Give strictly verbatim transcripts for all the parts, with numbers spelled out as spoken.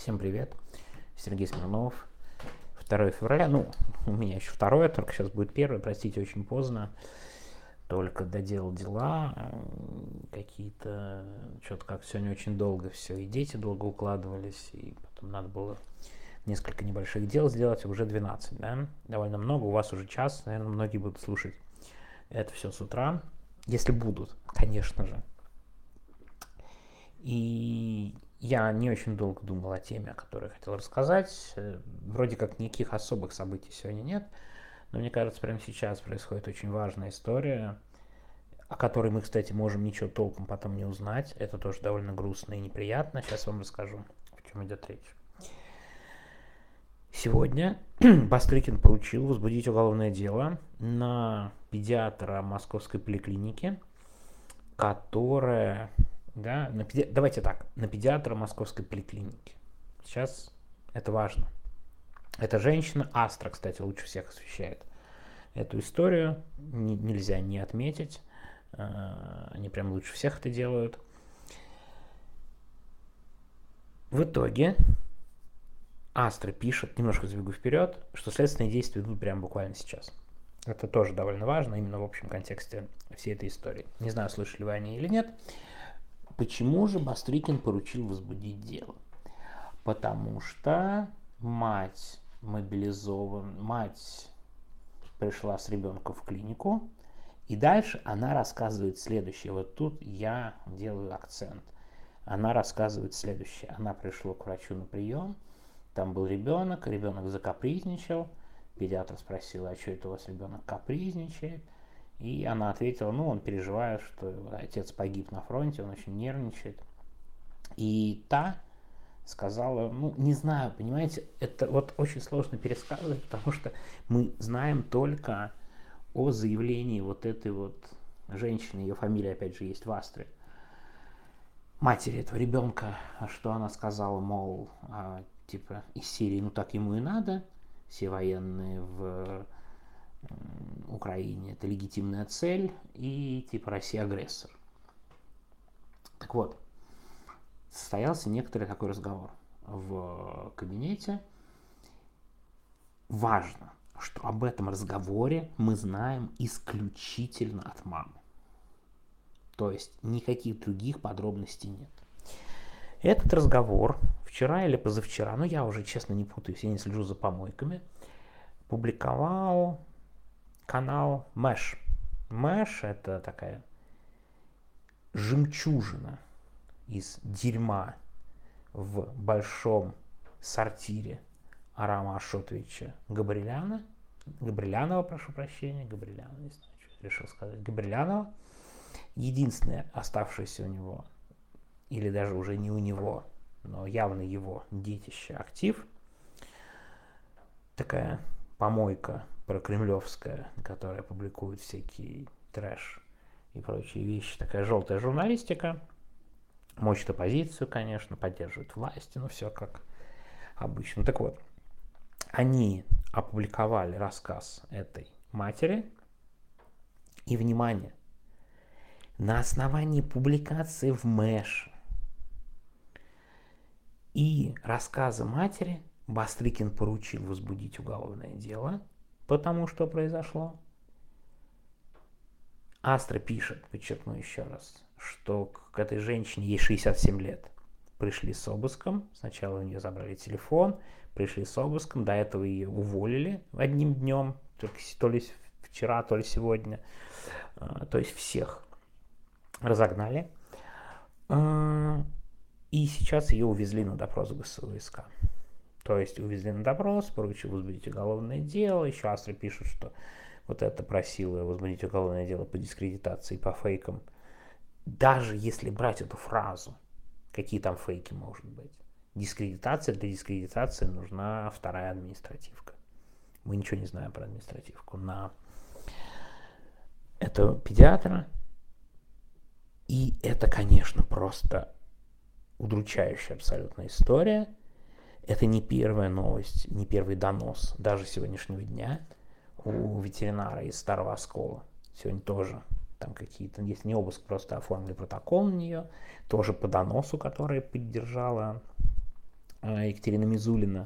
Всем привет, Сергей Смирнов. второе февраля, ну, у меня еще второе, только сейчас будет первое, простите, очень поздно. Только доделал дела какие-то, что-то как сегодня очень долго все, и дети долго укладывались, и потом надо было несколько небольших дел сделать, уже двенадцать, да, довольно много, у вас уже час, наверное, многие будут слушать это все с утра, если будут, конечно же. И я не очень долго думал о теме, о которой я хотел рассказать. Вроде как никаких особых событий сегодня нет, но мне кажется, прямо сейчас происходит очень важная история, о которой мы, кстати, можем ничего толком потом не узнать. Это тоже довольно грустно и неприятно. Сейчас вам расскажу, о чем идет речь. Сегодня Бастрыкин поручил возбудить уголовное дело на педиатра Московской поликлиники, которая... Да, на педи... Давайте так, на педиатра Московской поликлиники. Сейчас это важно. Эта женщина, Астра, кстати, лучше всех освещает эту историю. Н- нельзя не отметить. Они прям лучше всех это делают. В итоге Астра пишет, немножко забегу вперед, что следственные действия идут прямо буквально сейчас. Это тоже довольно важно, именно в общем контексте всей этой истории. Не знаю, слышали вы о ней или нет. Почему же Бастрыкин поручил возбудить дело? Потому что мать мобилизована, мать пришла с ребенком в клинику, и дальше она рассказывает следующее. Вот тут я делаю акцент. Она рассказывает следующее. Она пришла к врачу на прием, там был ребенок, ребенок закапризничал, педиатр спросил, а что это у вас ребенок капризничает? И она ответила, ну, он переживает, что отец погиб на фронте, он очень нервничает. И та сказала, ну, не знаю, понимаете, это вот очень сложно пересказывать, потому что мы знаем только о заявлении вот этой вот женщины, ее фамилия, опять же, есть в Астре, матери этого ребенка, что она сказала, мол, а, типа, из Сирии, ну, так ему и надо, все военные в Украине это легитимная цель, и типа Россия агрессор. Так вот, состоялся некоторый такой разговор в кабинете. Важно, что об этом разговоре мы знаем исключительно от мамы. То есть никаких других подробностей нет. Этот разговор вчера или позавчера, ну я уже честно не путаюсь, я не слежу за помойками, публиковал канал Мэш. Мэш это такая жемчужина из дерьма в большом сортире Арама Ашотовича Габриляна, Габрилянова, прошу прощения, Габриляна, не знаю, что решил сказать, Габрилянова. Единственное оставшееся у него, или даже уже не у него, но явно его детище, актив, такая помойка прокремлевская, которая публикует всякий трэш и прочие вещи, такая желтая журналистика, мочит оппозицию, конечно, поддерживает власти, но все как обычно. Так вот, они опубликовали рассказ этой матери, и, внимание, на основании публикации в Мэш и рассказа матери Бастрыкин поручил возбудить уголовное дело, потому что произошло. Астра пишет, подчеркну еще раз, что к этой женщине, ей шестьдесят семь лет, пришли с обыском, сначала у нее забрали телефон, пришли с обыском, до этого ее уволили одним днем, то ли вчера, то ли сегодня, то есть всех разогнали. И сейчас ее увезли на допрос в ГСУ-СК. То есть увезли на допрос, поручил возбудить уголовное дело. Еще Астра пишет, что вот это просила возбудить уголовное дело по дискредитации, по фейкам. Даже если брать эту фразу, какие там фейки может быть? Дискредитация, для дискредитации нужна вторая административка. Мы ничего не знаем про административку. На этого педиатра. И это, конечно, просто удручающая абсолютно история. Это не первая новость, не первый донос даже сегодняшнего дня у ветеринара из Старого Оскола. Сегодня тоже там какие-то, если не обыск, просто оформили протокол на нее, тоже по доносу, который поддержала Екатерина Мизулина.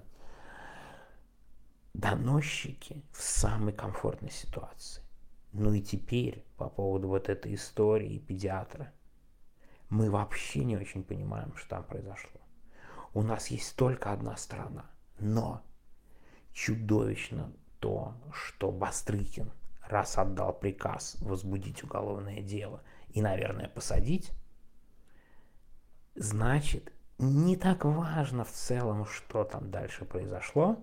Доносчики в самой комфортной ситуации. Ну и теперь по поводу вот этой истории педиатра. Мы вообще не очень понимаем, что там произошло. У нас есть только одна сторона. Но чудовищно то, что Бастрыкин, раз отдал приказ возбудить уголовное дело и, наверное, посадить, значит, не так важно в целом, что там дальше произошло.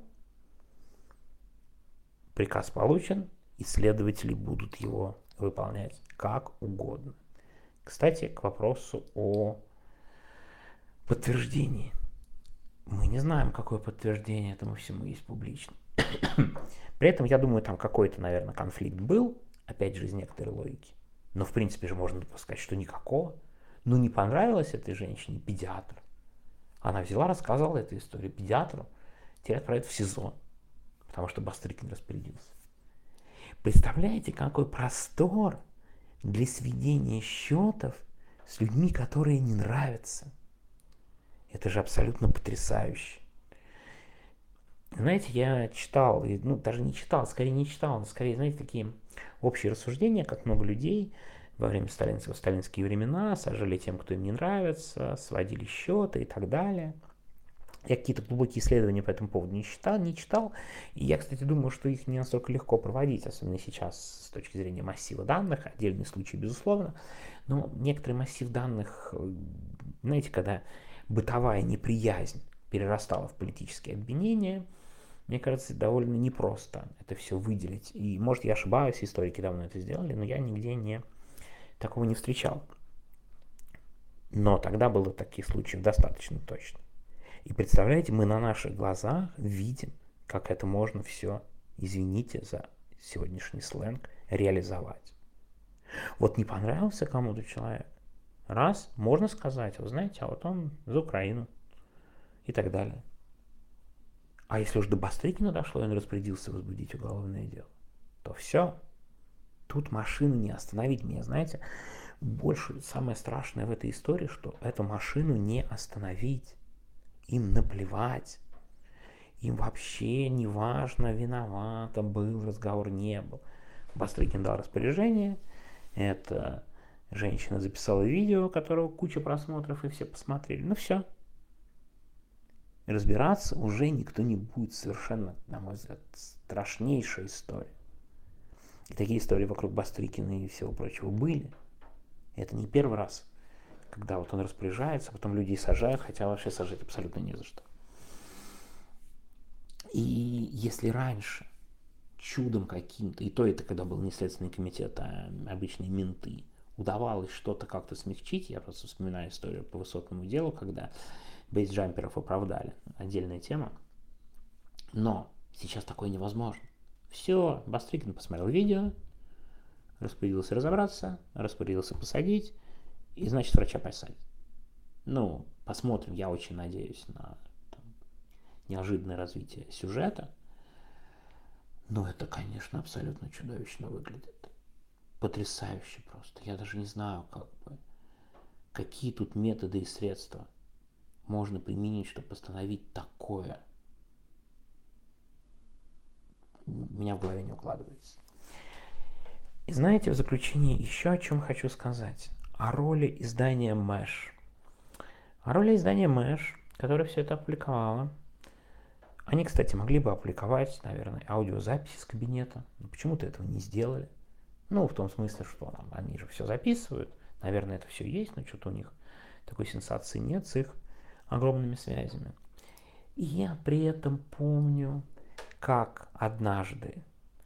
Приказ получен, и следователи будут его выполнять как угодно. Кстати, к вопросу о подтверждении. Мы не знаем, какое подтверждение этому всему есть публично. При этом, я думаю, там какой-то, наверное, конфликт был, опять же, из некоторой логики. Но, в принципе же, можно сказать, что никакого. Ну, не понравилось этой женщине педиатр. Она взяла, рассказала эту историю педиатру, теперь отправят в СИЗО, потому что Бастрыкин распорядился. Представляете, какой простор для сведения счетов с людьми, которые не нравятся. Это же абсолютно потрясающе. Знаете, я читал, ну даже не читал, скорее не читал, но скорее, знаете, такие общие рассуждения, как много людей во время сталинского, сталинские времена сажали тем, кто им не нравится, сводили счеты и так далее. Я какие-то глубокие исследования по этому поводу не читал, не читал. И я, кстати, думаю, что их не настолько легко проводить, особенно сейчас с точки зрения массива данных. Отдельные случаи, безусловно. Но некоторый массив данных, знаете, когда бытовая неприязнь перерастала в политические обвинения, мне кажется, довольно непросто это все выделить. И, может, я ошибаюсь, историки давно это сделали, но я нигде не, такого не встречал. Но тогда было таких случаев достаточно точно. И представляете, мы на наших глазах видим, как это можно все, извините за сегодняшний сленг, реализовать. Вот не понравился кому-то человек, раз, можно сказать, вы знаете, а вот он за Украину и так далее. А если уж до Бастрыкина дошло, и он распорядился возбудить уголовное дело, то все, тут машину не остановить. Меня, знаете, больше самое страшное в этой истории, что эту машину не остановить. Им наплевать. Им вообще не важно, виновата, был разговор, не был. Бастрыкин дал распоряжение. Эта женщина записала видео, которого куча просмотров, и все посмотрели. Ну все. Разбираться уже никто не будет. Совершенно, на мой взгляд, страшнейшая история. И такие истории вокруг Бастрыкина и всего прочего были. Это не первый раз, когда вот он распоряжается, потом людей сажают, хотя вообще сажать абсолютно не за что. И если раньше чудом каким-то, и то это когда был не Следственный комитет, а обычные менты, удавалось что-то как-то смягчить, я просто вспоминаю историю по Высотному делу, когда бейсджамперов оправдали, отдельная тема, но сейчас такое невозможно. Все, Бастрыкин посмотрел видео, распорядился разобраться, распорядился посадить, и значит врача посадят. Ну, посмотрим, я очень надеюсь на там, неожиданное развитие сюжета. Но это, конечно, абсолютно чудовищно выглядит. Потрясающе просто. Я даже не знаю, как бы, какие тут методы и средства можно применить, чтобы постановить такое. У меня в голове не укладывается. И знаете, в заключение еще о чем хочу сказать. О роли издания Мэш. О роли издания Мэш, которое все это опубликовало. Они, кстати, могли бы опубликовать, наверное, аудиозаписи с кабинета. Но почему-то этого не сделали. Ну, в том смысле, что там, они же все записывают. Наверное, это все есть, но что-то у них такой сенсации нет с их огромными связями. И я при этом помню, как однажды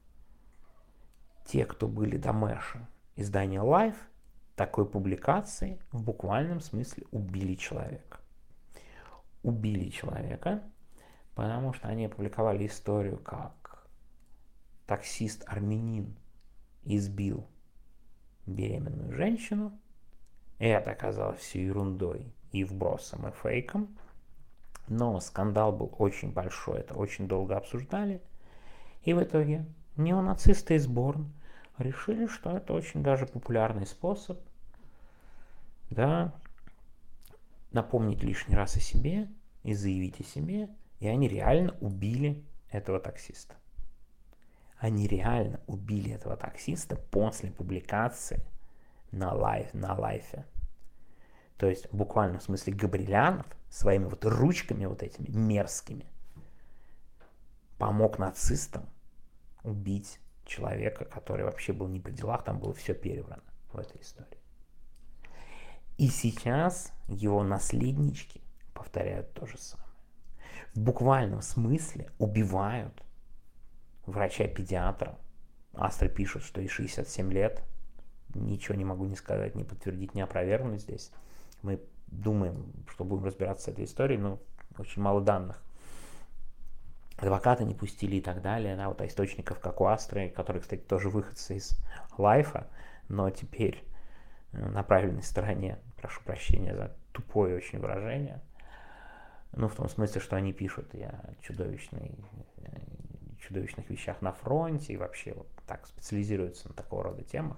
те, кто были до Мэша, издания Life, такой публикации в буквальном смысле убили человека. Убили человека, потому что они опубликовали историю, как таксист-армянин избил беременную женщину. И это оказалось все ерундой и вбросом, и фейком. Но скандал был очень большой, это очень долго обсуждали. И в итоге неонацисты из Борн решили, что это очень даже популярный способ, да, напомнить лишний раз о себе, и заявить о себе, и они реально убили этого таксиста. Они реально убили этого таксиста после публикации на, лайф, на лайфе. То есть буквально в смысле Габрилянов своими вот ручками вот этими мерзкими помог нацистам убить человека, который вообще был не при делах, там было все переврано в этой истории. И сейчас его наследнички повторяют то же самое. В буквальном смысле убивают врача-педиатра. Астра пишет, что ей шестьдесят семь лет. Ничего не могу ни сказать, ни подтвердить, ни опровергнуть здесь. Мы думаем, что будем разбираться с этой историей, но очень мало данных. Адвоката не пустили и так далее. Да, вот а источников, как у Астры, которые, кстати, тоже выходцы из Лайфа, но теперь на правильной стороне, прошу прощения за тупое очень выражение, ну, в том смысле, что они пишут и о чудовищной, чудовищных вещах на фронте и вообще вот так специализируются на такого рода темах.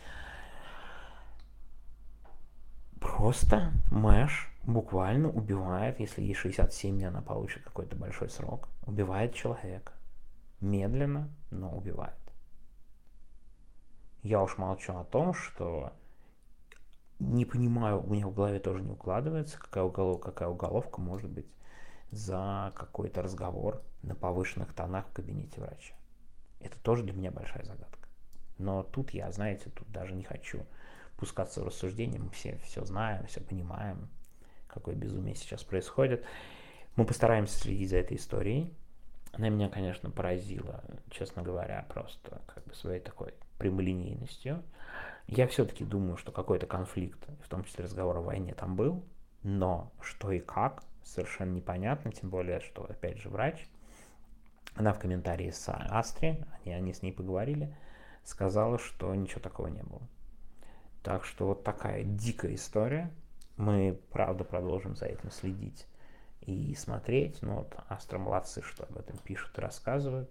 Просто Мэш буквально убивает, если ей шестьдесят семь, она получит какой-то большой срок, убивает человека. Медленно, но убивает. Я уж молчу о том, что не понимаю, у меня в голове тоже не укладывается, какая уголовка, какая уголовка может быть за какой-то разговор на повышенных тонах в кабинете врача. Это тоже для меня большая загадка. Но тут я, знаете, тут даже не хочу пускаться в рассуждения, мы все все знаем, все понимаем, какое безумие сейчас происходит. Мы постараемся следить за этой историей. Она меня, конечно, поразила, честно говоря, просто как бы своей такой прямолинейностью. Я все-таки думаю, что какой-то конфликт, в том числе разговор о войне, там был, но что и как, совершенно непонятно, тем более, что, опять же, врач, она в комментарии с Астри, они, они с ней поговорили, сказала, что ничего такого не было. Так что вот такая дикая история. Мы, правда, продолжим за этим следить и смотреть. Ну вот Астра молодцы, что об этом пишут и рассказывают.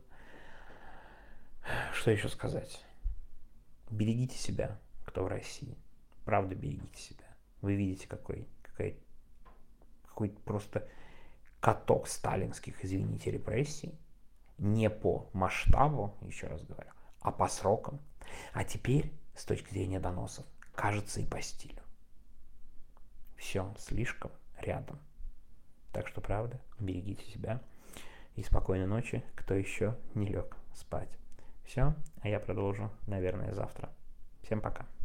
Что еще сказать? Берегите себя, кто в России. Правда, берегите себя. Вы видите, какой, какой, какой просто каток сталинских, извините, репрессий. Не по масштабу, еще раз говорю, а по срокам. А теперь, с точки зрения доносов, кажется и по стилю. Все слишком рядом. Так что, правда, берегите себя. И спокойной ночи, кто еще не лег спать. Все, а я продолжу, наверное, завтра. Всем пока.